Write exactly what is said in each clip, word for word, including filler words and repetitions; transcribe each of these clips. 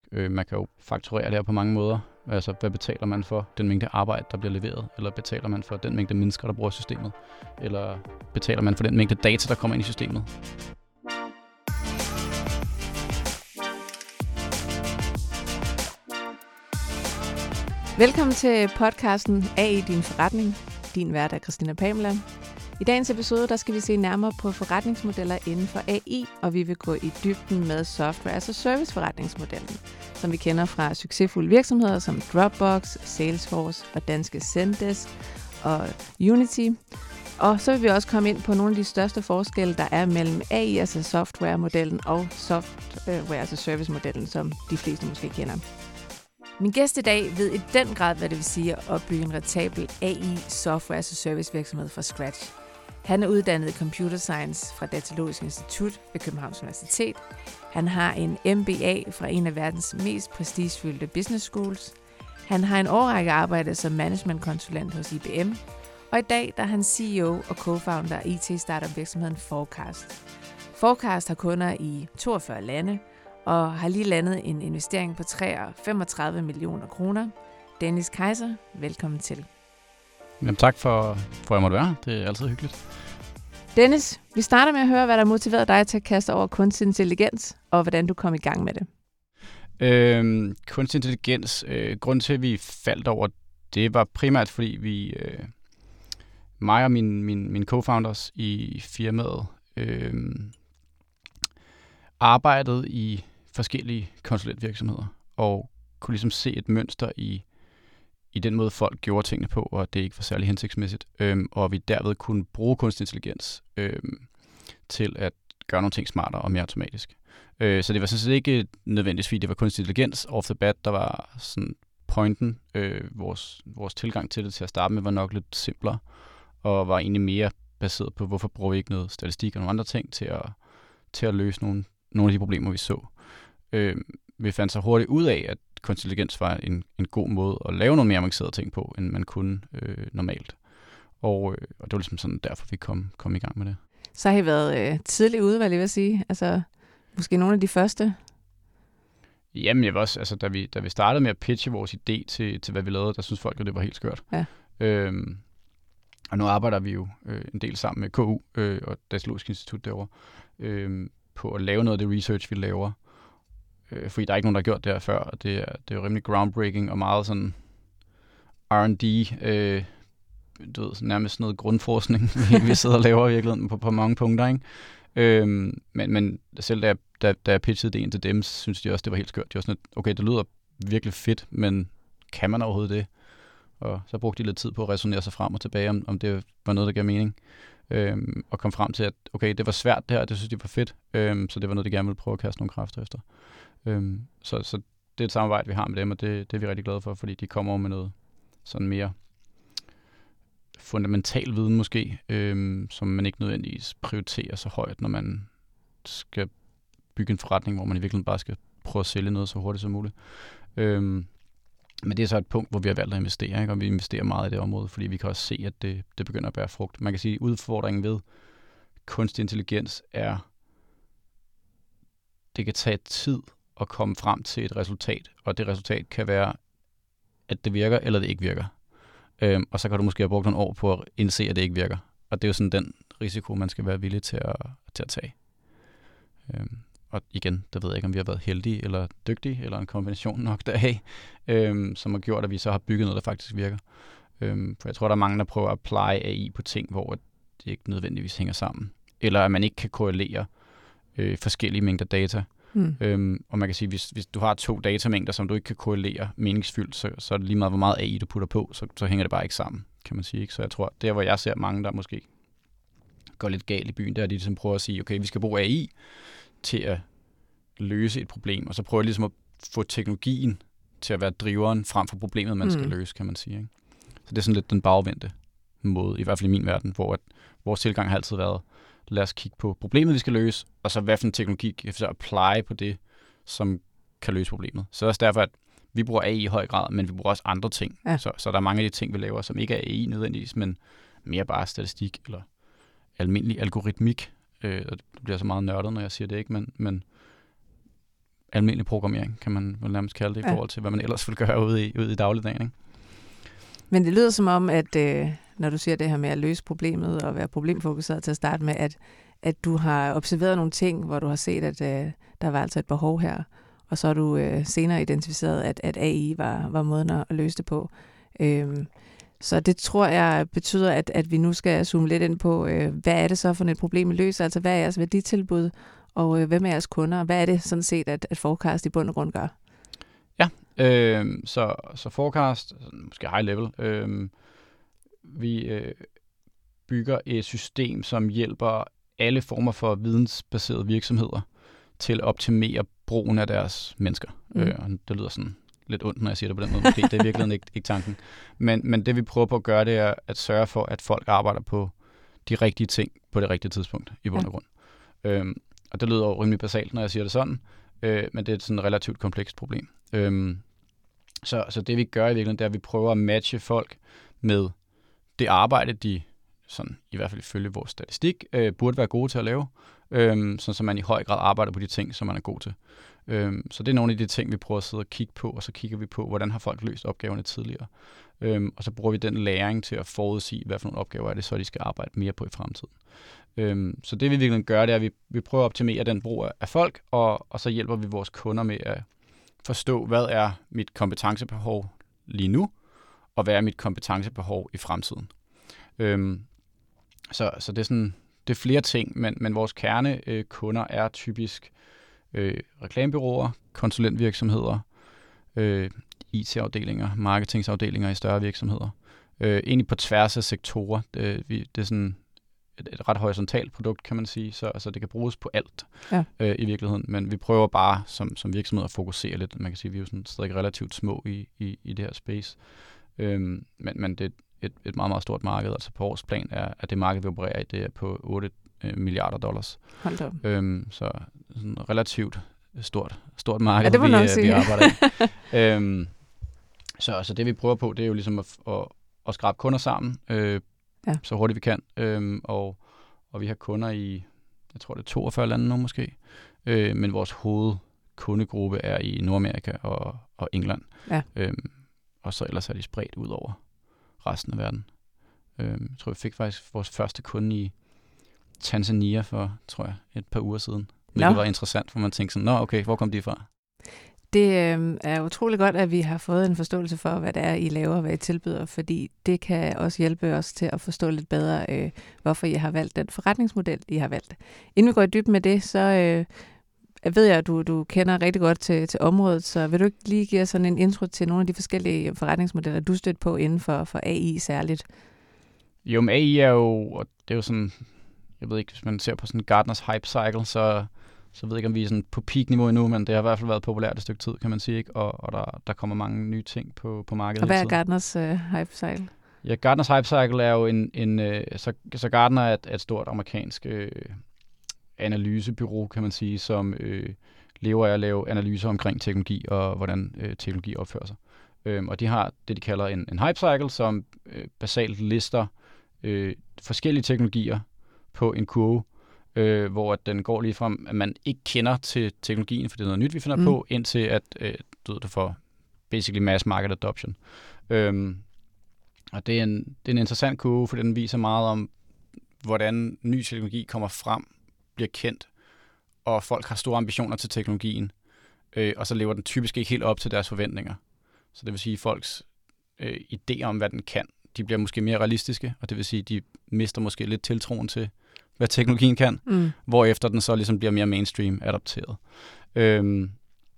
Øh, man kan jo fakturere det her på mange måder. Altså, hvad betaler man for den mængde arbejde, der bliver leveret? Eller betaler man for den mængde mennesker, der bruger systemet? Eller betaler man for den mængde data, der kommer ind i systemet? Velkommen til podcasten A I Din Forretning. Din vært er Christina Pamela. I dagens episode der skal vi se nærmere på forretningsmodeller inden for A I, og vi vil gå i dybden med software as a service forretningsmodellen, som vi kender fra succesfulde virksomheder som Dropbox, Salesforce og danske Zendesk og Unity. Og så vil vi også komme ind på nogle af de største forskelle, der er mellem A I as a software-modellen og software as a service-modellen, som de fleste måske kender. Min gæst i dag ved i den grad, hvad det vil sige at opbygge en rentabel A I software as a service virksomhed fra scratch. Han er uddannet i Computer Science fra Datalogisk Institut ved Københavns Universitet. Han har en M B A fra en af verdens mest prestigefyldte business schools. Han har en årrække arbejdet som managementkonsulent hos I B M. Og i dag der er han C E O og co-founder af I T-startup virksomheden Forecast. Forecast har kunder i toogfyrre lande og har lige landet en investering på femogtredive millioner kroner. Dennis Kaiser, velkommen til. Jamen, tak for, for at jeg måtte være. Det er altid hyggeligt. Dennis, vi starter med at høre, hvad der motiverede dig til at kaste over kunstig intelligens, og hvordan du kom i gang med det. Øhm, kunstig intelligens, øh, grunden til, at vi faldt over, det var primært, fordi vi, øh, mig og mine, mine, mine co-founders i firmaet, øh, arbejdede i forskellige konsulentvirksomheder, og kunne ligesom se et mønster i, i den måde, folk gjorde tingene på, og det ikke var særlig hensigtsmæssigt. Øhm, og vi derved kunne bruge kunstig intelligens øhm, til at gøre nogle ting smartere og mere automatisk. Øh, så det var sådan set ikke nødvendigvis, fordi det var kunstig intelligens. Off the bat, der var sådan pointen, øh, vores, vores tilgang til det til at starte med, var nok lidt simplere, og var egentlig mere baseret på, hvorfor bruger vi ikke noget statistik og nogle andre ting til at, til at løse nogle, nogle af de problemer, vi så. Øh, vi fandt så hurtigt ud af, at kunstig intelligens var en, en god måde at lave nogle mere avancerede ting på, end man kunne øh, normalt. Og, øh, og det var ligesom sådan, derfor vi kom, kom i gang med det. Så har I været øh, tidligt ude, hvad jeg vil sige. Altså, måske nogle af de første? Jamen, jeg var også, altså, da, vi, da vi startede med at pitche vores idé til, til hvad vi lavede, der synes folk, at det var helt skørt. Ja. Øhm, og nu arbejder vi jo øh, en del sammen med K U øh, og Datalogisk Institut derovre, øh, på at lave noget af det research, vi laver. Fordi der er ikke nogen, der har gjort det her før, og det er, det er jo rimelig groundbreaking og meget sådan R and D, øh, du ved, nærmest noget grundforskning, vi, vi sidder og laver i virkeligheden på, på mange punkter, ikke? Øhm, men, men selv da jeg, da, da jeg pitchede det ind til dem, synes de også, det var helt skørt. De var sådan, at okay, det lyder virkelig fedt, men kan man overhovedet det? Og så brugte de lidt tid på at resonere sig frem og tilbage, om, om det var noget, der gav mening. Øhm, og kom frem til, at okay, det var svært det her, det synes de var fedt, øhm, så det var noget, de gerne ville prøve at kaste nogle kræfter efter. Øhm, så, så det er et samarbejde, vi har med dem, og det, det er vi rigtig glade for, fordi de kommer med noget sådan mere fundamental viden måske, øhm, som man ikke nødvendigvis prioriterer så højt, når man skal bygge en forretning, hvor man i virkeligheden bare skal prøve at sælge noget så hurtigt som muligt. Øhm, men det er så et punkt, hvor vi har valgt at investere, ikke? Og vi investerer meget i det område, fordi vi kan også se, at det, det begynder at bære frugt. Man kan sige, at udfordringen ved kunstig intelligens er, det kan tage tid at komme frem til et resultat, og det resultat kan være, at det virker, eller det ikke virker. Øhm, og så kan du måske have brugt nogle år på at indse, at det ikke virker. Og det er jo sådan den risiko, man skal være villig til at, til at tage. Øhm, og igen, der ved jeg ikke, om vi har været heldige eller dygtige, eller en kombination nok deraf, øhm, som har gjort, at vi så har bygget noget, der faktisk virker. Øhm, for jeg tror, der er mange, der prøver at apply A I på ting, hvor det ikke nødvendigvis hænger sammen. Eller at man ikke kan korrelere øh, forskellige mængder data. Mm. Øhm, og man kan sige, hvis, hvis du har to datamængder, som du ikke kan korrelere meningsfyldt, så, så er det lige meget, hvor meget A I du putter på, så, så hænger det bare ikke sammen, kan man sige. Ikke? Så jeg tror, der hvor jeg ser mange, der måske går lidt galt i byen, der er de, som prøver at sige, okay, vi skal bruge A I til at løse et problem, og så prøver ligesom at få teknologien til at være driveren frem for problemet, man mm. skal løse, kan man sige. Ikke? Så det er sådan lidt den bagvendte måde, i hvert fald i min verden, hvor at vores tilgang har altid været, lad os kigge på problemet, vi skal løse, og så hvad for en teknologi kan vi så apply på det, som kan løse problemet. Så det er også derfor, at vi bruger A I i høj grad, men vi bruger også andre ting. Ja. Så, så der er mange af de ting, vi laver, som ikke er A I nødvendigvis, men mere bare statistik eller almindelig algoritmik. Øh, og det bliver så meget nørdet, når jeg siger det, ikke? Men, men almindelig programmering, kan man vel nærmest kalde det, i ja. forhold til, hvad man ellers vil gøre ude i, ude i dagligdagen. Ikke? Men det lyder som om, at øh, når du siger det her med at løse problemet og være problemfokuseret til at starte med, at, at du har observeret nogle ting, hvor du har set, at øh, der var altså et behov her, og så har du øh, senere identificeret, at, at A I var, var måden at løse det på. Øhm, så det tror jeg betyder, at, at vi nu skal zoome lidt ind på, øh, hvad er det så for et problem, I løser? Altså, hvad er jeres værditilbud, og øh, hvem er jeres kunder? Hvad er det sådan set, at, at Forecast i bund og grund gør? Ja, øh, så, så Forecast, måske high level, øh, vi øh, bygger et system, som hjælper alle former for vidensbaserede virksomheder til at optimere brugen af deres mennesker. Mm. Øh, det lyder sådan lidt ondt, når jeg siger det på den måde. Måske det er virkelig ikke, ikke tanken. Men, men det vi prøver på at gøre, det er at sørge for, at folk arbejder på de rigtige ting på det rigtige tidspunkt i bund og grund. Ja. Øhm, og det lyder jo rimelig basalt, når jeg siger det sådan, øh, men det er et sådan relativt komplekst problem. Øhm, så, så det vi gør i virkeligheden, det er, at vi prøver at matche folk med det arbejde, de sådan, i hvert fald ifølge vores statistik, øh, burde være gode til at lave, øh, sådan så man i høj grad arbejder på de ting, som man er god til. Øh, så det er nogle af de ting, vi prøver at sidde og kigge på, og så kigger vi på, hvordan har folk løst opgaverne tidligere. Øh, og så bruger vi den læring til at forudsige, hvad for nogle opgaver er det, så de skal arbejde mere på i fremtiden. Øh, så det vi virkelig gør, det er, at vi, vi prøver at optimere den brug af folk, og, og så hjælper vi vores kunder med at forstå, hvad er mit kompetencebehov lige nu, og hvad er mit kompetencebehov i fremtiden. Øh, Så, så det er sådan, det er flere ting, men, men vores kernekunder øh, er typisk øh, reklamebureauer, konsulentvirksomheder, øh, I T-afdelinger, marketingsafdelinger i større virksomheder. Øh, egentlig på tværs af sektorer. Det, vi, det er sådan et, et ret horisontalt produkt, kan man sige, så altså, det kan bruges på alt ja. øh, i virkeligheden. Men vi prøver bare som, som virksomhed at fokusere lidt. Man kan sige, at vi er jo sådan stadig relativt små i, i, i det her space. Øh, men, men det Et, et meget, meget stort marked. Altså på årsplan er, at det marked, vi opererer i, det er på otte øh, milliarder dollars. Hold op. Øhm, så sådan relativt stort, stort marked, ja, det vi, øh, vi arbejder i. øhm, så, så det, vi prøver på, det er jo ligesom at, at, at skrabe kunder sammen, øh, ja. så hurtigt vi kan. Øhm, og, og vi har kunder i, jeg tror det er toogfyrre lande nu måske, øh, men vores hovedkundegruppe er i Nordamerika og, og England. Ja. Øhm, og så ellers er de spredt ud over resten af verden. Øhm, jeg tror, vi fik faktisk vores første kunde i Tanzania for, tror jeg, et par uger siden. Det no. var interessant, for man tænkte sådan, nå okay, hvor kom de fra? Det øh, er utrolig godt, at vi har fået en forståelse for, hvad det er, I laver, og hvad I tilbyder, fordi det kan også hjælpe os til at forstå lidt bedre, øh, hvorfor I har valgt den forretningsmodel, I har valgt. Inden vi går i dybden med det, så øh, ved jeg, at du, du kender rigtig godt til, til området, så vil du ikke lige give os sådan en intro til nogle af de forskellige forretningsmodeller, du stødt på inden for, for A I særligt? Jo, men A I er jo, og det er jo sådan, jeg ved ikke, hvis man ser på sådan Gartners hype cycle, så, så ved jeg ikke, om vi er sådan på peak-niveau endnu, men det har i hvert fald været populært et stykke tid, kan man sige, ikke? Og, og der, der kommer mange nye ting på, på markedet. Og hvad er Gartners uh, hype cycle? Ja, Gartners hype cycle er jo en, en uh, så, så Gartner er et, et stort amerikansk uh, analysebureau, kan man sige, som øh, lever af at lave analyser omkring teknologi og hvordan øh, teknologi opfører sig. Øhm, og de har det, de kalder en, en hype cycle, som øh, basalt lister øh, forskellige teknologier på en kurve, øh, hvor at den går lige frem, at man ikke kender til teknologien, for det er noget nyt, vi finder mm. på, indtil at øh, du ved, du får basically mass market adoption. Øhm, og det er, en, det er en interessant kurve, for den viser meget om, hvordan ny teknologi kommer frem, bliver kendt, og folk har store ambitioner til teknologien, øh, og så lever den typisk ikke helt op til deres forventninger. Så det vil sige, at folks øh, idéer om, hvad den kan, de bliver måske mere realistiske, og det vil sige, at de mister måske lidt tiltroen til, hvad teknologien kan, mm. hvorefter den så ligesom bliver mere mainstream adopteret. Øhm,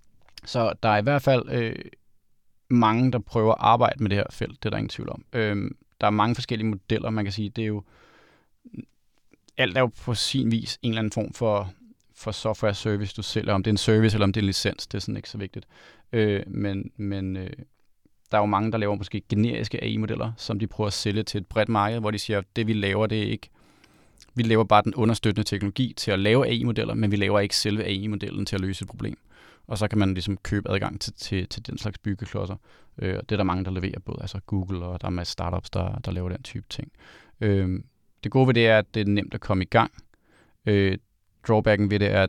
så der er i hvert fald øh, mange, der prøver at arbejde med det her felt, det er der ingen tvivl om. Øhm, der er mange forskellige modeller, man kan sige, det er jo alt er jo på sin vis en eller anden form for, for software service, du sælger. Om det er en service, eller om det er en licens, det er sådan ikke så vigtigt. Øh, men men øh, der er jo mange, der laver måske generiske A I-modeller, som de prøver at sælge til et bredt marked, hvor de siger, at det vi laver, det er ikke... Vi laver bare den understøttende teknologi til at lave A I-modeller, men vi laver ikke selve A I-modellen til at løse et problem. Og så kan man ligesom købe adgang til, til, til den slags byggeklodser. Øh, det er der mange, der leverer, både altså Google, og der er masser startups, der, der laver den type ting. Øh, Det gode ved det er, at det er nemt at komme i gang. Øh, drawbacken ved det er, at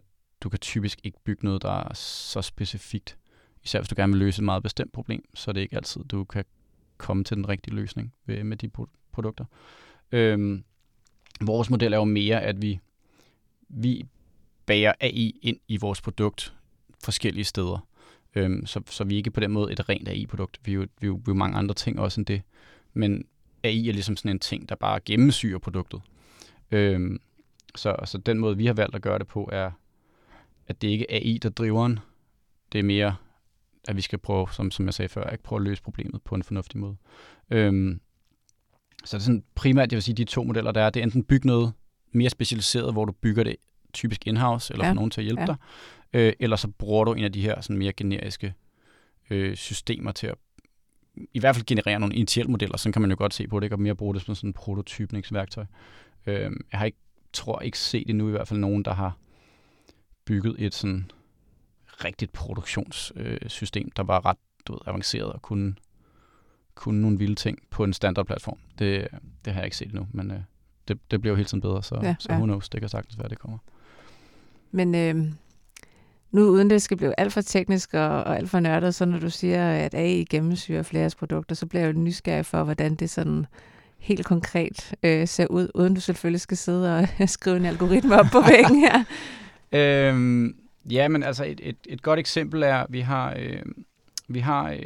du kan typisk ikke bygge noget, der er så specifikt. Især hvis du gerne vil løse et meget bestemt problem, så er det ikke altid, du kan komme til den rigtige løsning ved, med de produkter. Øhm, vores model er jo mere, at vi, vi bager A I ind i vores produkt forskellige steder. Øhm, så, så vi er ikke på den måde et rent A I-produkt. Vi er jo, vi er jo, vi er jo mange andre ting også end det. Men A I er ligesom sådan en ting, der bare gennemsyrer produktet. Øhm, så, så den måde, vi har valgt at gøre det på, er, at det ikke er A I, der driver den. Det er mere, at vi skal prøve, som, som jeg sagde før, at prøve at løse problemet på en fornuftig måde. Øhm, så det er sådan primært, jeg vil sige, de to modeller, der er, det er enten bygge noget mere specialiseret, hvor du bygger det typisk in-house, eller ja. får nogen til at hjælpe ja. dig, øh, eller så bruger du en af de her sådan mere generiske øh, systemer til at i hvert fald generere nogle initielle modeller. Sådan kan man jo godt se på det, ikke? Og mere bruge det som sådan en prototypningsværktøj. Øh, jeg har ikke, tror ikke set endnu i hvert fald nogen, der har bygget et sådan rigtigt produktionssystem, øh, der var ret du ved, avanceret og kunne, kunne nogle vilde ting på en standardplatform. Det, det har jeg ikke set endnu, men øh, det, det bliver jo hele tiden bedre, så, ja, så who ja. knows, det kan sagtens være, det kommer. Men øh, nu uden det skal blive alt for teknisk og, og alt for nørdet, så når du siger, at A I gennemsyrer flere produkter, så bliver jeg jo nysgerrig for, hvordan det sådan helt konkret øh, ser ud, uden du selvfølgelig skal sidde og skrive en algoritme op på væggen her. øhm, ja, men altså et, et, et godt eksempel er, vi har øh, vi har øh,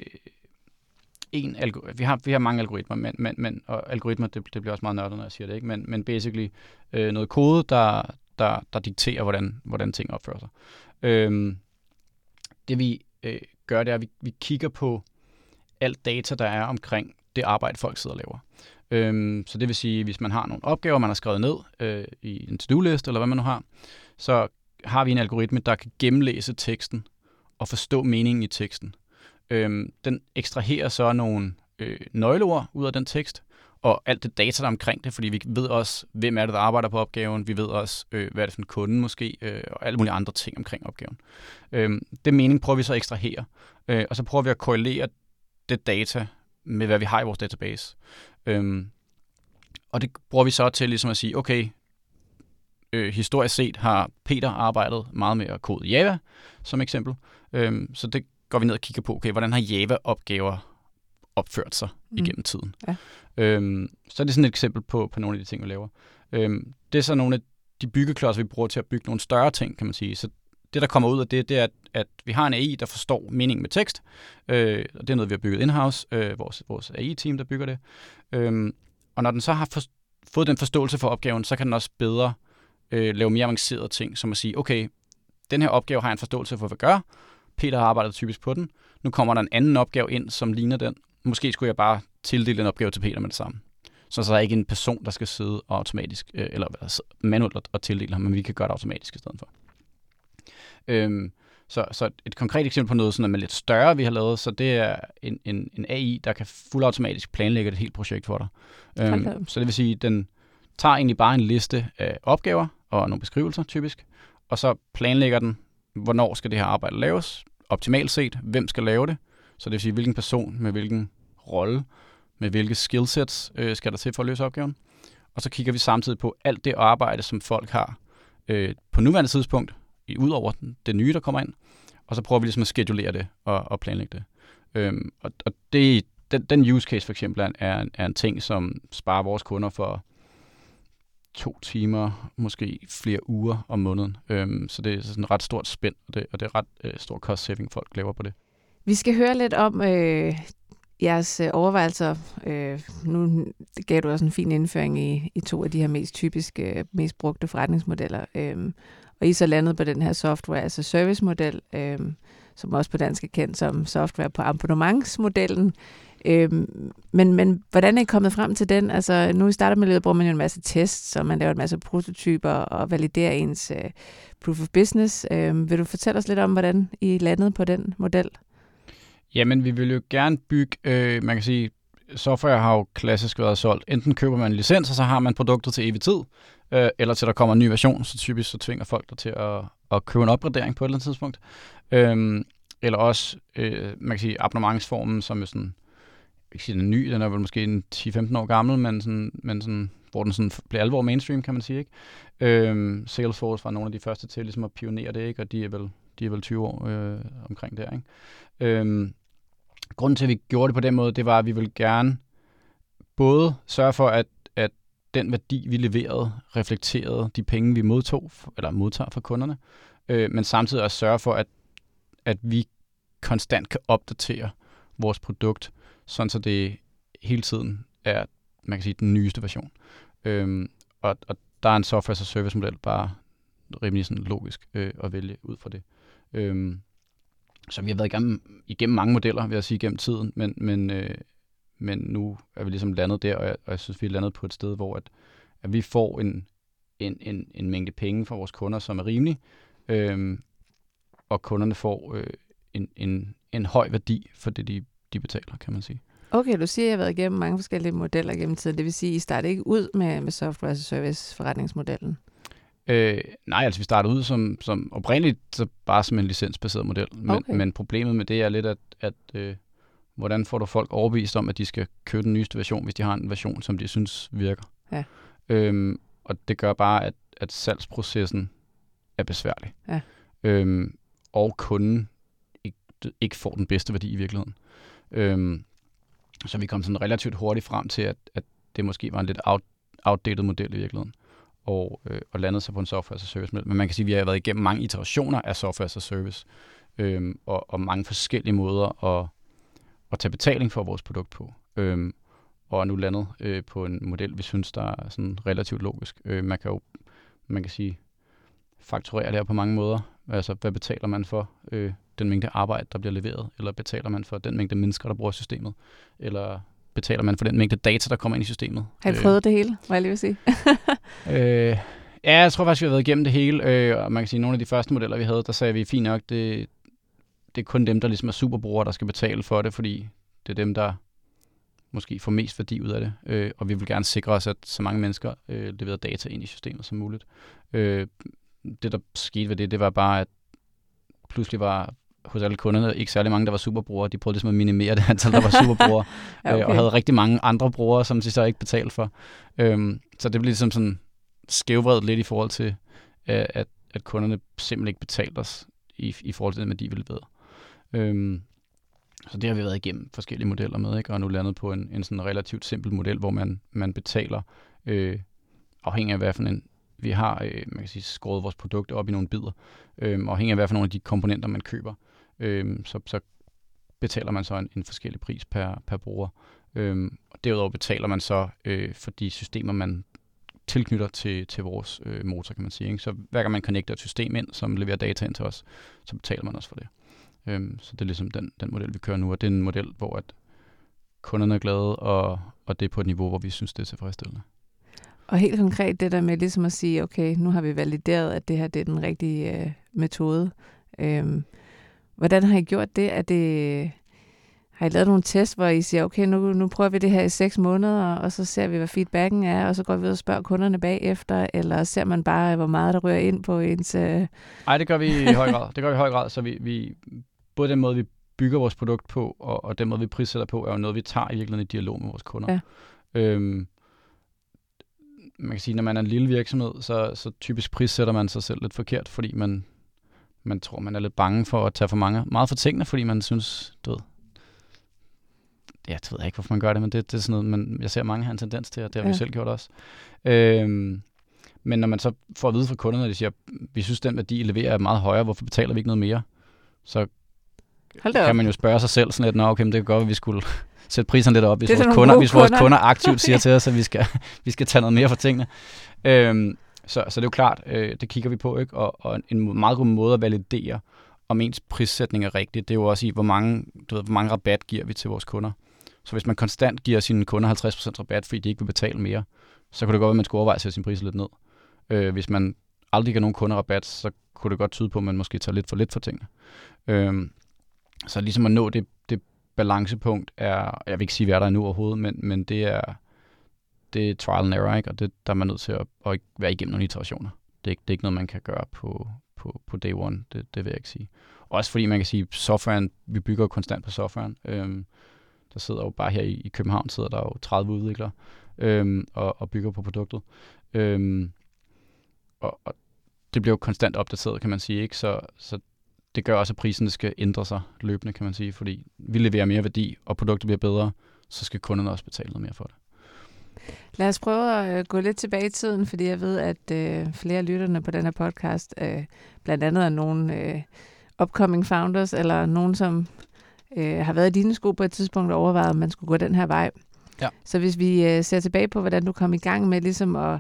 en algor- vi har vi har mange algoritmer, men men, men og algoritmer det, det bliver også meget nørdet, når jeg siger det, ikke? Men men basically øh, noget kode, der der der dikterer hvordan hvordan ting opfører sig. Øhm, det vi øh, gør, det er, at vi, vi kigger på alt data, der er omkring det arbejde, folk sidder og laver. Øhm, så det vil sige, hvis man har nogle opgaver, man har skrevet ned øh, i en to-do-liste, eller hvad man nu har, så har vi en algoritme, der kan gennemlæse teksten og forstå meningen i teksten. Øhm, den ekstraherer så nogle øh, nøgleord ud af den tekst, og alt det data, der er omkring det, fordi vi ved også, hvem er det, der arbejder på opgaven. Vi ved også, øh, hvad er det for en kunde måske, øh, og alle mulige andre ting omkring opgaven. Øh, det mening prøver vi så at ekstrahere, øh, og så prøver vi at korrelere det data med, hvad vi har i vores database. Øh, og det bruger vi så til ligesom at sige, okay, øh, historisk set har Peter arbejdet meget med at kode Java, som eksempel. Øh, så det går vi ned og kigger på, okay, hvordan har Java-opgaver opført sig mm. igennem tiden. Ja. Øhm, så er det sådan et eksempel på, på nogle af de ting, vi laver. Øhm, det er så nogle af de byggeklodser, vi bruger til at bygge nogle større ting, kan man sige. Så det, der kommer ud af det, det er, at, at vi har en A I, der forstår meningen med tekst, øh, og det er noget, vi har bygget in-house, øh, vores, vores A I-team, der bygger det. Øhm, og når den så har for, fået den forståelse for opgaven, så kan den også bedre øh, lave mere avancerede ting, som at sige, okay, den her opgave har jeg en forståelse for, hvad jeg gør. Peter har arbejdet typisk på den. Nu kommer der en anden opgave ind, som ligner den. Måske skulle jeg bare tildele en opgave til Peter med det samme. Så så er der ikke en person, der skal sidde og automatisk, øh, eller manuelt og tildele ham, men vi kan gøre det automatisk i stedet for. Øhm, så, så et konkret eksempel på noget, sådan er lidt større, vi har lavet, så det er en, en, en A I, der kan fuldautomatisk planlægge et helt projekt for dig. Øhm, så det vil sige, at den tager egentlig bare en liste af opgaver og nogle beskrivelser typisk, og så planlægger den, hvornår skal det her arbejde laves, optimalt set, hvem skal lave det, så det vil sige, hvilken person med hvilken rolle, med hvilke skillsets øh, skal der til for at løse opgaven. Og så kigger vi samtidig på alt det arbejde, som folk har øh, på nuværende tidspunkt, i ud over det nye, der kommer ind. Og så prøver vi ligesom at skedulere det og, og planlægge det. Øhm, og og det, den, den use case for eksempel er, er, en, er en ting, som sparer vores kunder for to timer, måske flere uger om måneden. Øhm, så det er sådan et ret stort spænd, og det, og det er ret øh, stor cost saving, folk laver på det. Vi skal høre lidt om øh, jeres øh, overvejelser. Øh, nu gav du også en fin indføring i, i to af de her mest typiske, mest brugte forretningsmodeller. Øh, og I så landet på den her software, altså service-model, øh, som også på dansk er kendt som software på abonnementsmodellen. Øh, men, men hvordan er I kommet frem til den? Altså nu i startermiljøet bruger man jo en masse tests, og man laver en masse prototyper og validerer ens øh, proof of business. Øh, vil du fortælle os lidt om, hvordan I landede på den model? Jamen, vi vil jo gerne bygge, øh, man kan sige, software har jo klassisk været solgt. Enten køber man en licens, og så har man produktet til evig tid, øh, eller til der kommer en ny version, så typisk så tvinger folk der til at, at købe en opgradering på et eller andet tidspunkt. Øh, eller også, øh, man kan sige, abonnementsformen, som er sådan, jeg kan sige, den er ny, den er vel måske ti til femten år gammel, men sådan, men sådan hvor den sådan blev alvor mainstream, kan man sige, ikke? Øhm, Salesforce var nogle af de første til ligesom at pionere det, ikke? Og de er vel, de er vel tyve år øh, omkring der, ikke? Øhm, grunden til, at vi gjorde det på den måde, det var, at vi ville gerne både sørge for, at, at den værdi, vi leverede, reflekterede de penge, vi modtog, eller modtager fra kunderne, øh, men samtidig også sørge for, at, at vi konstant kan opdatere vores produkt, sådan så det hele tiden er, man kan sige, den nyeste version. Øhm, og, og der er en software as a service model bare rimelig sådan logisk øh, at vælge ud fra det. Øhm, så vi har været igennem, igennem mange modeller, vil jeg sige, gennem tiden, men, men, øh, men nu er vi ligesom landet der, og jeg, og jeg synes, vi er landet på et sted, hvor at, at vi får en, en, en, en mængde penge fra vores kunder, som er rimelig, øhm, og kunderne får øh, en, en, en høj værdi for det, de, de betaler, kan man sige. Okay, du siger, at jeg har været igennem mange forskellige modeller gennem tiden. Det vil sige, at I startede ikke ud med, med software as a service forretningsmodellen? Øh, nej, altså vi startede ud som, som oprindeligt så bare som en licensbaseret model. Men, okay. men problemet med det er lidt, at, at øh, hvordan får du folk overbevist om, at de skal købe den nyeste version, hvis de har en version, som de synes virker. Ja. Øhm, og det gør bare, at, at salgsprocessen er besværlig. Ja. Øhm, og kunden ikke, ikke får den bedste værdi i virkeligheden. Øhm, så vi kom sådan relativt hurtigt frem til, at, at det måske var en lidt out, outdated model i virkeligheden. Og, øh, og landede sig på en software as a service model. Men man kan sige, at vi har været igennem mange iterationer af software as a service, øhm, og, og mange forskellige måder at, at tage betaling for vores produkt på. Øhm, og er nu landet øh, på en model, vi synes, der er sådan relativt logisk. Øh, man kan jo, man kan sige, fakturere det her på mange måder. Altså, hvad betaler man for øh, den mængde arbejde, der bliver leveret? Eller betaler man for den mængde mennesker, der bruger systemet? Eller betaler man for den mængde data, der kommer ind i systemet? Har I prøvet øh, det hele, hvad jeg lige vil sige? øh, ja, jeg tror faktisk, vi har været igennem det hele. Øh, og man kan sige, at nogle af de første modeller, vi havde, der sagde vi, fint nok, det, det er kun dem, der ligesom er superbrugere, der skal betale for det, fordi det er dem, der måske får mest værdi ud af det. Øh, og vi vil gerne sikre os, at så mange mennesker øh, leverer data ind i systemet som muligt. Øh, det, der skete ved det, det var bare, at pludselig var hos alle kunderne ikke særlig mange, der var superbrugere. De prøvede ligesom at minimere det antal, der var superbrugere, ja, okay. øh, og havde rigtig mange andre brugere, som de så ikke betalte for. Øhm, så det blev ligesom sådan skævvredet lidt i forhold til, øh, at, at kunderne simpelthen ikke betalte os i, i forhold til den værdi, vi leverede. Øhm, så det har vi været igennem forskellige modeller med, ikke? Og nu landet på en, en sådan relativt simpel model, hvor man, man betaler øh, afhængig af, hvad for en vi har, øh, man kan sige, skåret vores produkter op i nogle bidder, øh, og afhængig af, hvad for nogle af de komponenter, man køber, øh, så, så betaler man så en, en forskellig pris per, per bruger. Øh, og derudover betaler man så øh, for de systemer, man tilknytter til, til vores øh, motor, kan man sige. Ikke? Så hver gang man connecter et system ind, som leverer data ind til os, så betaler man også for det. Øh, så det er ligesom den, den model, vi kører nu, og det er en model, hvor at kunderne er glade, og, og det er på et niveau, hvor vi synes, det er tilfredsstillende. Og helt konkret det der med ligesom at sige, okay, nu har vi valideret, at det her det er den rigtige øh, metode. Øhm, hvordan har I gjort det? Er det? Har I lavet nogle tests, hvor I siger, okay, nu, nu prøver vi det her i seks måneder, og så ser vi, hvad feedbacken er, og så går vi ud og spørger kunderne bagefter, eller ser man bare, hvor meget der rører ind på ens... Øh... Nej, det gør vi i høj grad. Det gør vi i høj grad, så vi, vi både den måde, vi bygger vores produkt på, og, og den måde, vi prissætter på, er jo noget, vi tager i virkeligheden i dialog med vores kunder. Ja. Øhm, man kan sige, når man er en lille virksomhed, så, så typisk prissætter man sig selv lidt forkert, fordi man, man tror, man er lidt bange for at tage for mange, meget for tingene, fordi man synes, du ved, ja, jeg ved ikke, hvorfor man gør det, men det, det er sådan noget, man, jeg ser mange har en tendens til, og det har ja. vi selv gjort også. Øhm, men når man så får at vide fra kunderne, at de siger, vi synes, den værdi, I leverer, er meget højere, hvorfor betaler vi ikke noget mere? Så kan man jo spørge sig selv sådan lidt, nå okay, men det kan godt, at vi skulle sætte priserne lidt op, hvis, vores kunder, hvis vores kunder aktivt siger til os, at vi skal, vi skal tage noget mere for tingene. Øhm, så, så det er jo klart, øh, det kigger vi på, ikke? Og, og en meget god måde at validere, om ens prissætning er rigtig, det er jo også i, hvor mange, du ved, hvor mange rabat giver vi til vores kunder. Så hvis man konstant giver sine kunder halvtreds procent rabat, fordi de ikke vil betale mere, så kunne det godt være, at man skulle overveje at sætte sin priser lidt ned. Øh, hvis man aldrig giver nogen kunder rabat, så kunne det godt tyde på, at man måske tager lidt for lidt for tingene. Øh, så ligesom at nå det, det balancepunkt er, jeg vil ikke sige, hvad der er nu overhovedet, men, men det er det er trial and error, ikke? Og det, der er man nødt til at, at være igennem nogle iterationer. Det er, ikke, det er ikke noget, man kan gøre på, på, på day one, det, det vil jeg ikke sige. Også fordi man kan sige, softwaren, vi bygger konstant på softwaren. Øhm, der sidder jo bare her i, i København, sidder der jo tredive udviklere øhm, og, og bygger på produktet. Øhm, og, og det bliver jo konstant opdateret, kan man sige, ikke? Så, så det gør også, at priserne skal ændre sig løbende, kan man sige, fordi vi leverer mere værdi, og produktet bliver bedre, så skal kunderne også betale noget mere for det. Lad os prøve at gå lidt tilbage i tiden, fordi jeg ved, at øh, flere af lytterne på den her podcast, øh, blandt andet er nogle øh, upcoming founders, eller nogen, som øh, har været i dine sko på et tidspunkt og overvejet, om man skulle gå den her vej. Ja. Så hvis vi øh, ser tilbage på, hvordan du kom i gang med ligesom at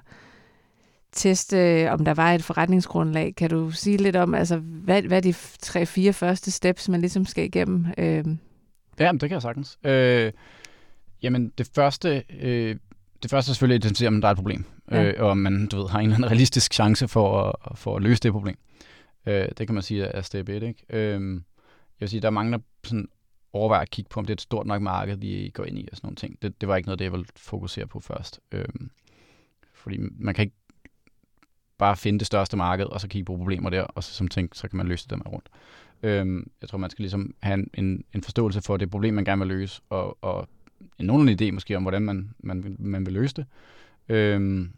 teste, om der var et forretningsgrundlag, kan du sige lidt om, altså, hvad, hvad er de tre, fire første steps, man ligesom skal igennem? Øh? Ja, det kan jeg sagtens. Øh, jamen, det første... Øh, Det første er selvfølgelig at identificere, om der er et problem, ja. øh, og om man du ved, har en eller anden realistisk chance for at, for at løse det problem. Øh, det kan man sige er step et. Ikke? Øh, jeg vil sige, der er mange, der sådan overvejer at kigge på, om det er et stort nok marked, vi går ind i og sådan nogle ting. Det, det var ikke noget, det jeg ville fokusere på først. Øh, fordi man kan ikke bare finde det største marked, og så kigge på problemer der, og så som tænkt, så kan man løse det der rundt. Øh, jeg tror, man skal ligesom have en, en forståelse for det problem, man gerne vil løse, og, og nogen idé måske om, hvordan man, man, man vil løse det. Øhm,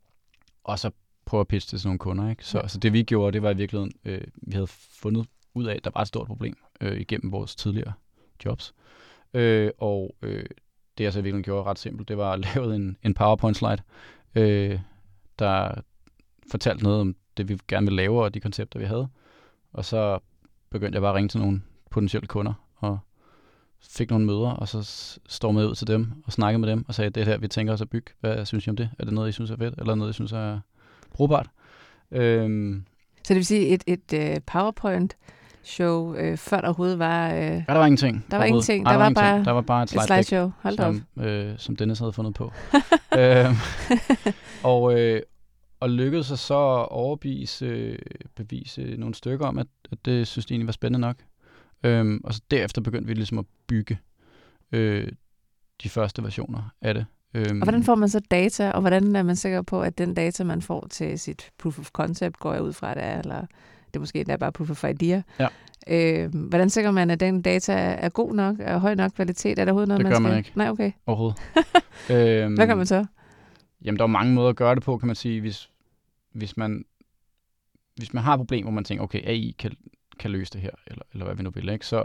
og så prøve at pitche til sådan nogle kunder. Ikke? Så, ja. så det vi gjorde, det var i virkeligheden, øh, vi havde fundet ud af, at der var et stort problem øh, igennem vores tidligere jobs. Øh, og øh, det jeg så i virkeligheden gjorde ret simpelt, det var at lave en, en PowerPoint-slide, øh, der fortalte noget om det, vi gerne ville lave, og de koncepter, vi havde. Og så begyndte jeg bare at ringe til nogle potentielle kunder, og fik nogle møder, og så stormede jeg ud til dem og snakkede med dem og sagde, det her, vi tænker os at bygge. Hvad synes I om det? Er det noget, I synes er fedt, eller noget, I synes er brugbart? Øhm. Så det vil sige, et, et uh, PowerPoint-show, uh, før der overhovedet var... Uh, ja, der var ingenting. Der var ingenting. Der, der, var, var bare der var bare et, et slideshow. Hold som, øh, som Dennis havde fundet på. øhm, og, øh, og lykkedes sig så at overbevise, øh, bevise nogle stykker om, at, at det synes de egentlig var spændende nok. Øhm, og så derefter begyndte vi ligesom at bygge øh, de første versioner af det. Øhm, og hvordan får man så data, og hvordan er man sikker på, at den data, man får til sit proof of concept, går jeg ud fra det, eller det er måske endda bare proof of idea. Ja. Øh, hvordan sikrer man, at den data er god nok, er høj nok kvalitet? Er der overhovedet noget, det man gør skal? man ikke. Nej, okay. Overhovedet. øhm, Hvad gør man så? Jamen, der er mange måder at gøre det på, kan man sige. Hvis, hvis, man, hvis man har et problem, hvor man tænker, okay, A I kan kan løse det her, eller, eller hvad vi nu vil, ikke? Så,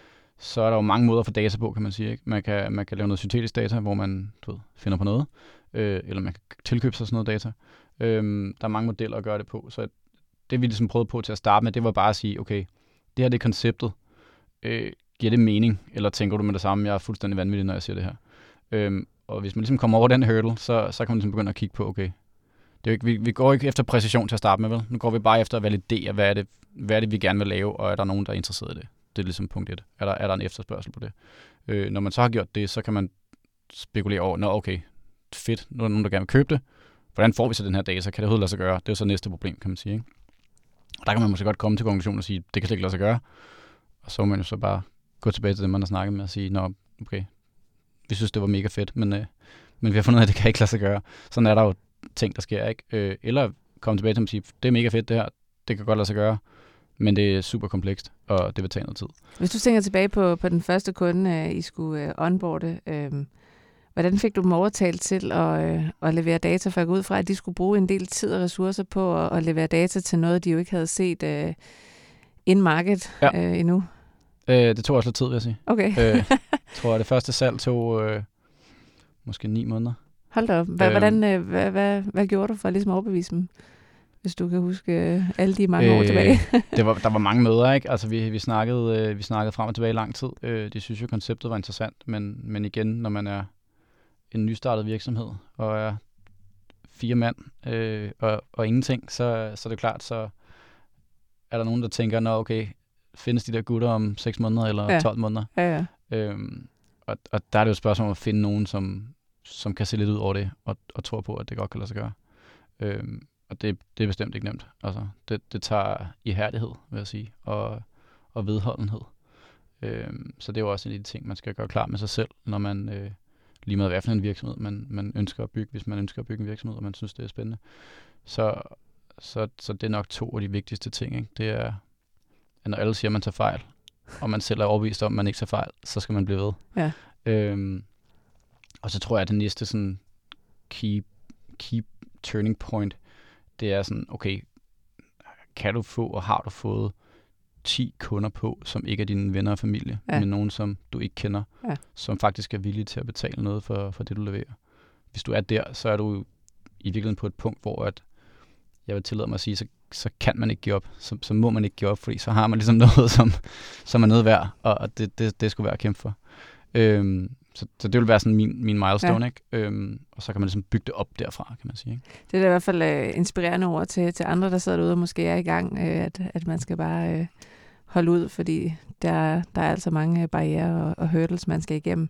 så er der jo mange måder at få data på, kan man sige. Ikke? Man, kan, man kan lave noget syntetisk data, hvor man du ved, finder på noget, øh, eller man kan tilkøbe sig sådan noget data. Øhm, der er mange modeller at gøre det på, så det vi ligesom prøvede på til at starte med, det var bare at sige, okay, det her det er konceptet. Øh, giver det mening, eller tænker du med det samme, jeg er fuldstændig vanvittig, når jeg siger det her. Øhm, og hvis man ligesom kommer over den hurdle, så, så kan man ligesom begynde at kigge på, okay, det er ikke, vi, vi går ikke efter præcision til at starte med, vel? Nu går vi bare efter at validere, hvad er det, hvad er det vi gerne vil lave, og er der nogen, der er interesseret i det? Det er ligesom punkt et. Er der, er der en efterspørgsel på det? Øh, når man så har gjort det, så kan man spekulere over, nå okay, fedt, nu er der nogen, der gerne vil købe det. Hvordan får vi så den her data? Kan det overhovedet lade sig gøre? Det er jo så næste problem, kan man sige. Ikke? Og der kan man måske godt komme til konklusionen og sige, det kan slet ikke lade sig gøre. Og så må man jo så bare gå tilbage til dem, man har snakket med og sige, nå okay, vi synes, det var mega fedt, men, øh, men vi har fundet ud af, at det kan ikke lade sig gøre. Sådan er der jo ting, der sker, ikke? Øh, eller komme tilbage til dem og sige, det er mega fedt det her, det kan godt lade sig gøre, men det er super komplekst, og det vil tage noget tid. Hvis du tænker tilbage på, på den første kunde, I skulle uh, onboarde, øh, hvordan fik du dem overtalt til at, øh, at levere data, for at gå ud fra, at de skulle bruge en del tid og ressourcer på at, at levere data til noget, de jo ikke havde set øh, in market ja. øh, endnu? Øh, det tog også lidt tid, vil jeg sige. Okay. øh, jeg tror, at det første salg tog øh, måske ni måneder. Hold da op. Hva, øhm, hvordan, øh, hvad, hvad, hvad gjorde du for at ligesom overbevise dem, hvis du kan huske øh, alle de mange øh, år tilbage? det var, der var mange møder, ikke? Altså, vi, vi, snakkede, øh, vi snakkede frem og tilbage i lang tid. Øh, de synes jo, konceptet var interessant, men, men igen, når man er en nystartet virksomhed, og er fire mand, øh, og, og ingenting, så, så er det klart, så er der nogen, der tænker, nå okay, findes de der gutter om seks måneder eller ja. tolv måneder? Ja, ja. Øhm, og, og der er det jo et spørgsmål om at finde nogen, som som kan se lidt ud over det, og, og tror på, at det godt kan lade sig gøre. Øhm, og det, det er bestemt ikke nemt. Altså, det, det tager ihærdighed, vil jeg sige, og, og vedholdenhed. Øhm, så det er jo også en af de ting, man skal gøre klar med sig selv, når man øh, lige med hvad for en virksomhed, man, man ønsker at bygge, hvis man ønsker at bygge en virksomhed, og man synes, det er spændende. Så, så, så det er nok to af de vigtigste ting. Ikke? Det er, at når alle siger, at man tager fejl, og man selv er overbevist om, at man ikke tager fejl, så skal man blive ved. Ja. Øhm, og så tror jeg, at det næste sådan key, key turning point, det er sådan, okay, kan du få, og har du fået ti kunder på, som ikke er dine venner og familie, ja. men nogen, som du ikke kender, ja. som faktisk er villige til at betale noget for, for det, du leverer. Hvis du er der, så er du i virkeligheden på et punkt, hvor at, jeg vil tillade mig at sige, så, så kan man ikke give op. Så, så må man ikke give op, fordi så har man ligesom noget, som, som er noget værd, og det, det, det skulle være at kæmpe for. Øhm, så, så det vil være sådan min, min milestone, ja. ikke? Øhm, og så kan man ligesom bygge det op derfra, kan man sige. Ikke? Det er da i hvert fald øh, inspirerende ord til, til andre, der sidder derude og måske er i gang, øh, at, at man skal bare øh, holde ud, fordi der, der er altså mange barrierer og, og hurdles, man skal igennem.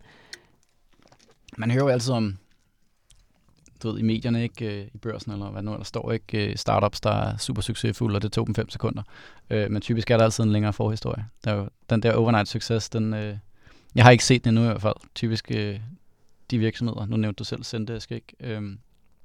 Man hører jo altid om, du ved, i medierne, ikke, i børsen eller hvad nu der står, ikke, startups, der er super succesfulde, og det tog dem fem sekunder. Øh, men typisk er der altid en længere forhistorie. Der er jo, den der overnight success, den, øh, jeg har ikke set den endnu i hvert fald. Typisk øh, de virksomheder, nu nævnte du selv Zendesk, ikke? Øh,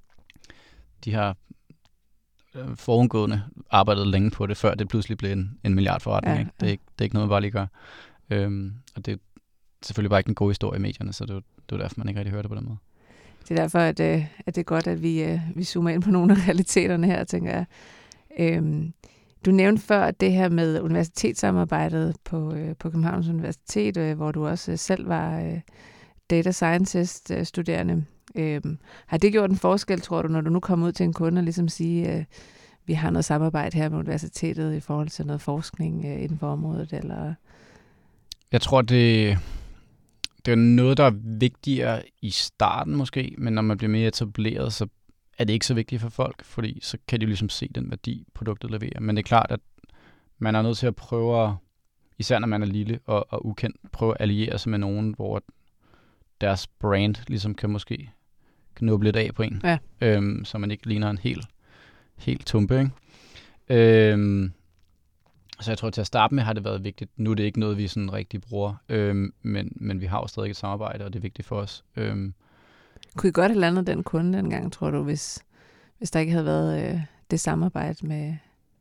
de har øh, forudgående arbejdet længe på det, før det pludselig blev en, en milliardforretning. Ja, ikke? Det, er ikke, det er ikke noget, man bare lige gør. Øh, og det er selvfølgelig bare ikke en god historie i medierne, så det er, det er derfor, man ikke rigtig hører det på den måde. Det er derfor, at, at det er godt, at vi, vi zoomer ind på nogle af realiteterne her, tænker jeg. Øhm, du nævnte før det her med universitetssamarbejdet på, på Københavns Universitet, hvor du også selv var data scientist-studerende. Øhm, har det gjort en forskel, tror du, når du nu kommer ud til en kunde og ligesom sige, at vi har noget samarbejde her med universitetet i forhold til noget forskning inden for området? Eller? Jeg tror, det... Det er noget, der er vigtigere i starten måske, men når man bliver mere etableret, så er det ikke så vigtigt for folk, fordi så kan de ligesom se den værdi, produktet leverer. Men det er klart, at man er nødt til at prøve, især når man er lille og, og ukendt, prøve at alliere sig med nogen, hvor deres brand ligesom kan måske knuppe lidt af på en, ja. øhm, så man ikke ligner en helt, helt tumpe, ikke? Øhm, Så jeg tror, til at starte med har det været vigtigt. Nu er det ikke noget, vi sådan rigtig bruger, øhm, men, men vi har jo stadig et samarbejde, og det er vigtigt for os. Øhm. Kunne I godt have landet den kunde dengang, tror du, hvis, hvis der ikke havde været øh, det samarbejde med,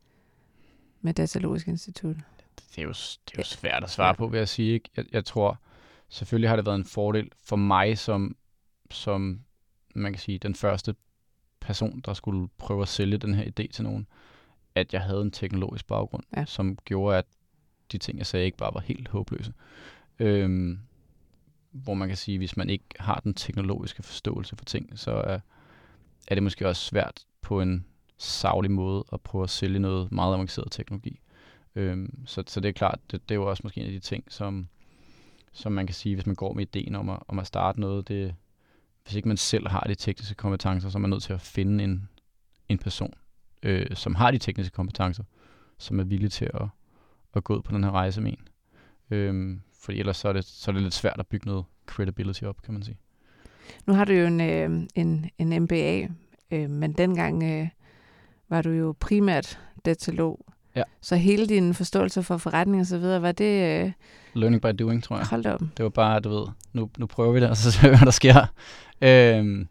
med Datalogisk Institut? Det er jo, det er jo svært at svare ja. på, vil jeg sige. Ikke? Jeg, jeg tror, selvfølgelig har det været en fordel for mig, som, som man kan sige, den første person, der skulle prøve at sælge den her idé til nogen, at jeg havde en teknologisk baggrund, ja. som gjorde, at de ting, jeg sagde, ikke bare var helt håbløse. Øhm, hvor man kan sige, hvis man ikke har den teknologiske forståelse for ting, så er, er det måske også svært på en saglig måde at prøve at sælge noget meget avanceret teknologi. Øhm, så, så det er klart, det, det er jo også måske en af de ting, som, som man kan sige, hvis man går med ideen om at, om at starte noget, det, hvis ikke man selv har de tekniske kompetencer, så er man nødt til at finde en, en person, Øh, som har de tekniske kompetencer, som er villige til at, at gå ud på den her rejse med en. Øhm, fordi ellers så er, det, så er det lidt svært at bygge noget credibility op, kan man sige. Nu har du jo en, øh, en, en M B A, øh, men dengang øh, var du jo primært datalog. Ja. Så hele din forståelse for forretning og så videre, var det... Øh... Learning by doing, tror jeg. Hold da op. Det var bare, du ved, nu, nu prøver vi det, og så ser vi, hvad der sker. Øhm,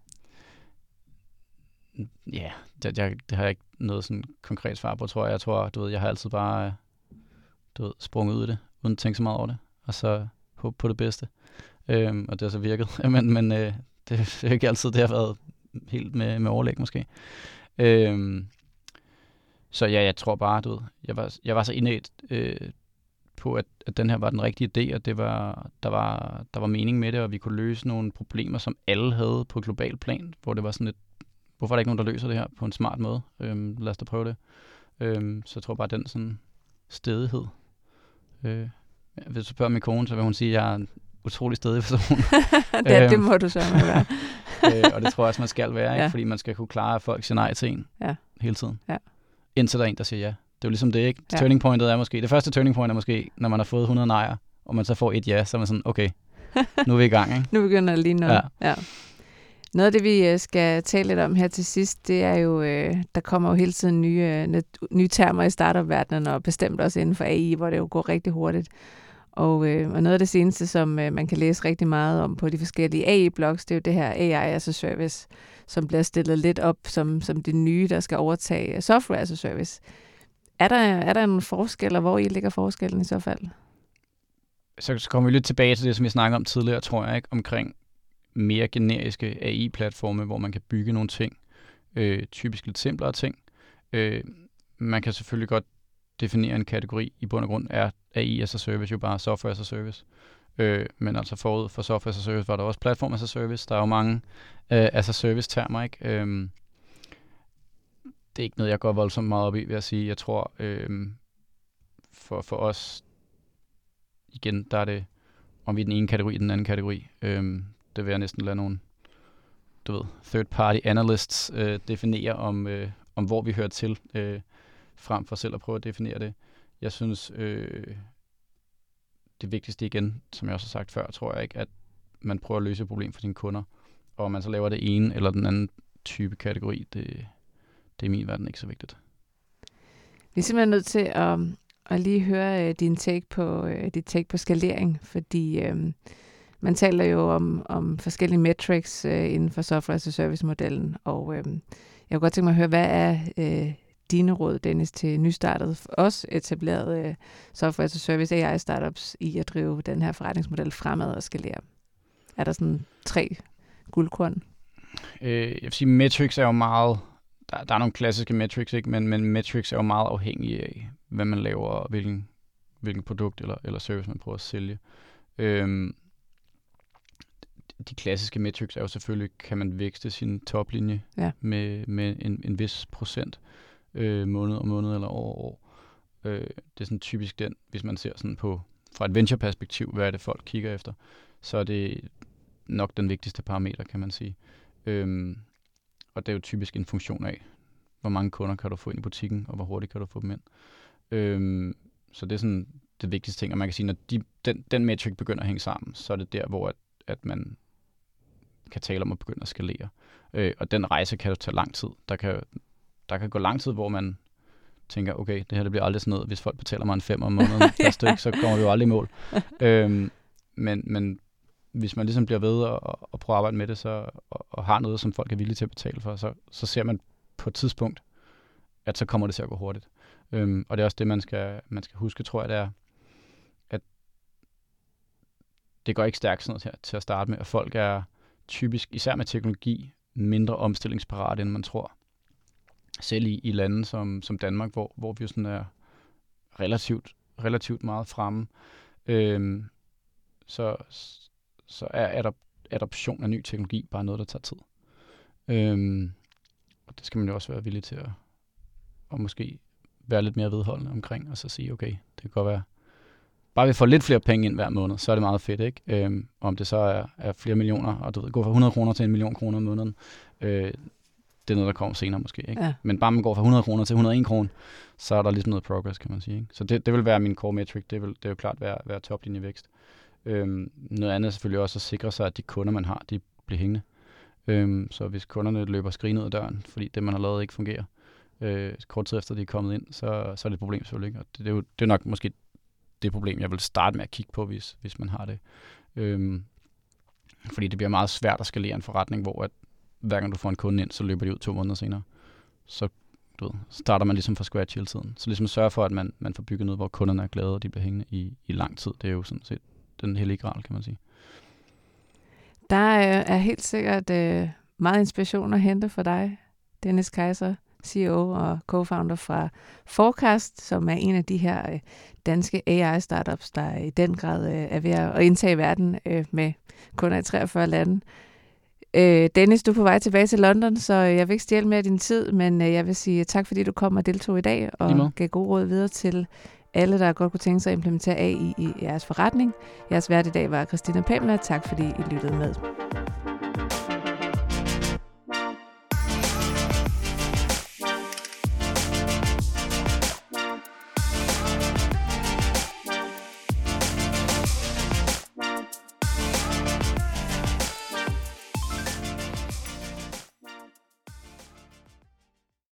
ja, yeah, det, jeg, det har jeg ikke noget sådan konkret svar på, tror jeg. Jeg tror, du ved, jeg har altid bare du ved, sprunget ud i det, uden at tænke så meget over det, og så håbe på det bedste. Øhm, og det har så virket, men, men øh, det er ikke altid, det har været helt med, med overlæg måske. Øhm, så ja, jeg tror bare, du ved, jeg var, jeg var så indædt øh, på, at, at den her var den rigtige idé, og det var, der, var, der var mening med det, og vi kunne løse nogle problemer, som alle havde på global plan, hvor det var sådan et, hvorfor er der ikke nogen, der løser det her på en smart måde? Øhm, lad os da prøve det. Øhm, så jeg tror bare, den sådan stedighed. Øh, hvis du spørger min kone, så vil hun sige, at jeg er en utrolig stedig person. det, øhm, det må du så være. øh, og det tror jeg også, man skal være, ikke? Ja. Fordi man skal kunne klare, at folk siger nej til en ja. hele tiden. Ja. Indtil der er en, der siger ja. Det er jo ligesom det, ikke? Ja. Turning pointet er måske, det første turning point er måske, når man har fået hundrede nejer, og man så får et ja, så er man sådan, okay, nu er vi i gang, ikke? Nu begynder det lige noget. Ja. Ja. Noget af det, vi skal tale lidt om her til sidst, det er jo, øh, der kommer jo hele tiden nye, nye termer i startup-verdenen, og bestemt også inden for A I, hvor det jo går rigtig hurtigt. Og, øh, og noget af det seneste, som øh, man kan læse rigtig meget om på de forskellige A I-blogs, det er jo det her A I as a service, som bliver stillet lidt op som, som det nye, der skal overtage software as a service. Er der, er der en forskel, og hvor I ligger forskellen i så fald? så, så kommer vi lidt tilbage til det, som jeg snakkede om tidligere, tror jeg, ikke? Omkring mere generiske A I-platforme, hvor man kan bygge nogle ting, øh, typisk lidt simplere ting. Øh, man kan selvfølgelig godt definere en kategori. I bund og grund er A I as a service jo bare software as a service. Øh, men altså forud for software as a service var der også platform as a service. Der er jo mange øh, as a service-termer, ikke? Øh, det er ikke noget, jeg går voldsomt meget op i, vil jeg sige. Jeg tror, øh, for, for os, igen, der er det, om vi er den ene kategori eller den anden kategori. Øh, det vil jeg næsten lade nogle, du ved, third-party analysts øh, definere, om, øh, om hvor vi hører til, øh, frem for selv at prøve at definere det. Jeg synes, øh, det vigtigste igen, som jeg også har sagt før, tror jeg ikke, at man prøver at løse et problem for sine kunder, og om man så laver det ene eller den anden type kategori, det, det er i min verden ikke så vigtigt. Vi er simpelthen nødt til at, at lige høre uh, din take på, uh, dit take på skalering, fordi um, man taler jo om, om forskellige metrics uh, inden for software as a service-modellen, og um, jeg kunne godt tænke mig at høre, hvad er uh, dine råd, Dennis, til nystartet, også etableret uh, software as a service A I-startups i at drive den her forretningsmodel fremad og skalere? Er der sådan tre guldkorn? Øh, jeg vil sige, metrics er jo meget, der, der er nogle klassiske metrics, ikke? Men, men metrics er jo meget afhængige af, hvad man laver, og hvilken, hvilken produkt eller, eller service man prøver at sælge. Øhm, de klassiske metrics er jo selvfølgelig, kan man vækste sin toplinje ja. med, med en, en vis procent øh, måned og måned eller år og år. Øh, det er sådan typisk den, hvis man ser sådan på, fra et venture-perspektiv, hvad er det folk kigger efter, så er det nok den vigtigste parameter, kan man sige. Øhm, og det er jo typisk en funktion af, hvor mange kunder kan du få ind i butikken, og hvor hurtigt kan du få dem ind. Øhm, så det er sådan det vigtigste ting, og man kan sige, når de, den, den metric begynder at hænge sammen, så er det der, hvor at, at man kan tale om at begynde at skalere. Øh, og den rejse kan jo tage lang tid. Der kan, der kan gå lang tid, hvor man tænker, okay, det her det bliver aldrig sådan noget. Hvis folk betaler mig en fem om måneden per stykke, så kommer vi jo aldrig i mål. øhm, men, men hvis man ligesom bliver ved og, og prøver at arbejde med det, så, og, og har noget, som folk er villige til at betale for, så, så ser man på et tidspunkt, at så kommer det til at gå hurtigt. Øhm, og det er også det, man skal, man skal huske, tror jeg, det er, at det går ikke stærkt sådan noget til, til at starte med, og folk er typisk, især med teknologi, mindre omstillingsparate, end man tror. Selv i, i lande som, som Danmark, hvor, hvor vi jo sådan er relativt, relativt meget fremme, øhm, så, så er adop- adoption af ny teknologi bare noget, der tager tid. Øhm, og det skal man jo også være villig til at, at måske være lidt mere vedholdende omkring, og så sige, okay, det kan godt være, bare vi får lidt flere penge ind hver måned, så er det meget fedt, ikke? Øhm, om det så er, er flere millioner, og du ved, går fra hundrede kroner til en million kroner om måneden, øh, det er noget, der kommer senere måske, ikke? Ja. Men bare man går fra hundrede kroner til hundrede og en kroner, så er der ligesom noget progress, kan man sige, ikke? Så det, det vil være min core metric, det vil, det vil jo klart være, være toplinjevækst. Øhm, noget andet er selvfølgelig også at sikre sig, at de kunder, man har, de bliver hængende. Øhm, så hvis kunderne løber skrigende ud af døren, fordi det, man har lavet, ikke fungerer, øh, kort tid efter, de er kommet ind, så, så er det et problem selvfølgelig, ikke? Og det, det, er jo, det er nok måske det problem, jeg vil starte med at kigge på, hvis, hvis man har det. Øhm, fordi det bliver meget svært at skalere en forretning, hvor at hver gang du får en kunde ind, så løber de ud to måneder senere. Så du ved, starter man ligesom fra scratch hele tiden. Så ligesom sørge for, at man, man får bygget noget, hvor kunderne er glade, og de bliver hængende i, i lang tid. Det er jo sådan set den hellige gral, kan man sige. Der er helt sikkert øh, meget inspiration at hente for dig, Dennis Kaiser, C E O og co-founder fra Forecast, som er en af de her øh, danske A I-startups, der i den grad øh, er ved at indtage verden øh, med kunder i treogfyrre lande. Øh, Dennis, du er på vej tilbage til London, så jeg vil ikke stjæle mere af din tid, men øh, jeg vil sige tak, fordi du kom og deltog i dag, og gav god råd videre til alle, der godt kunne tænke sig at implementere A I i jeres forretning. Jeres vært i dag var Christina Pamela. Tak fordi I lyttede med.